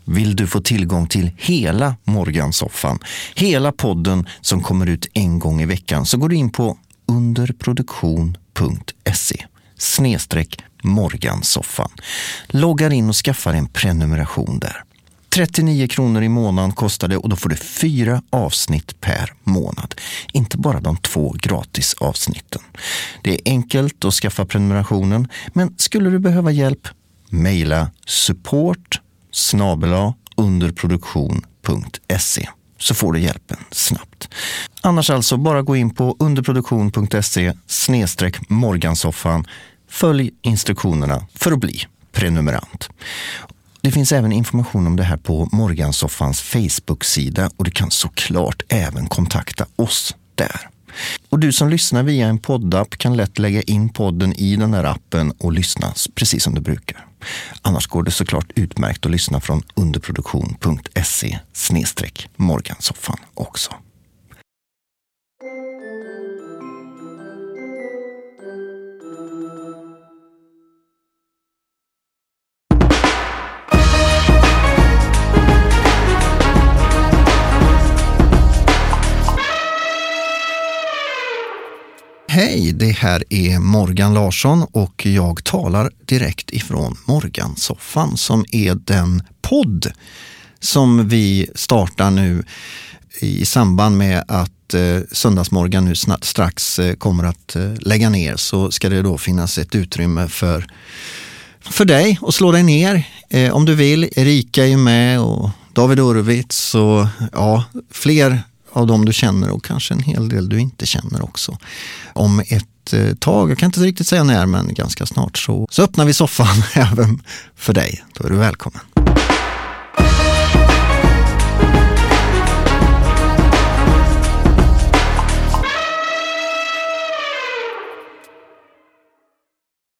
Vill du få tillgång till hela Morgansoffan, hela podden som kommer ut en gång i veckan, så går du in på underproduktion.se/Morgansoffan. Loggar in och skaffar en prenumeration där. 39 kronor i månaden kostar det och då får du 4 avsnitt per månad. Inte bara de 2 gratis avsnitten. Det är enkelt att skaffa prenumerationen, men skulle du behöva hjälp, mejla support@underproduktion.se så får du hjälpen snabbt. Annars alltså bara gå in på underproduktion.se/Morgansoffan. Följ instruktionerna för att bli prenumerant. Det finns även information om det här på Morgansoffans Facebook-sida och du kan såklart även kontakta oss där. Och du som lyssnar via en poddapp kan lätt lägga in podden i den här appen och lyssna precis som du brukar. Annars går det såklart utmärkt att lyssna från underproduktion.se/Morgansoffan också. Hej, det här är Morgan Larsson och jag talar direkt ifrån Morgansoffan som är den podd som vi startar nu i samband med att Söndagsmorgan nu strax kommer att lägga ner. Så ska det då finnas ett utrymme för dig att slå dig ner om du vill. Erika är med och David Urwitz och ja, fler av dem du känner och kanske en hel del du inte känner också. Om ett tag, jag kan inte riktigt säga när, men ganska snart så öppnar vi soffan även för dig. Då är du välkommen.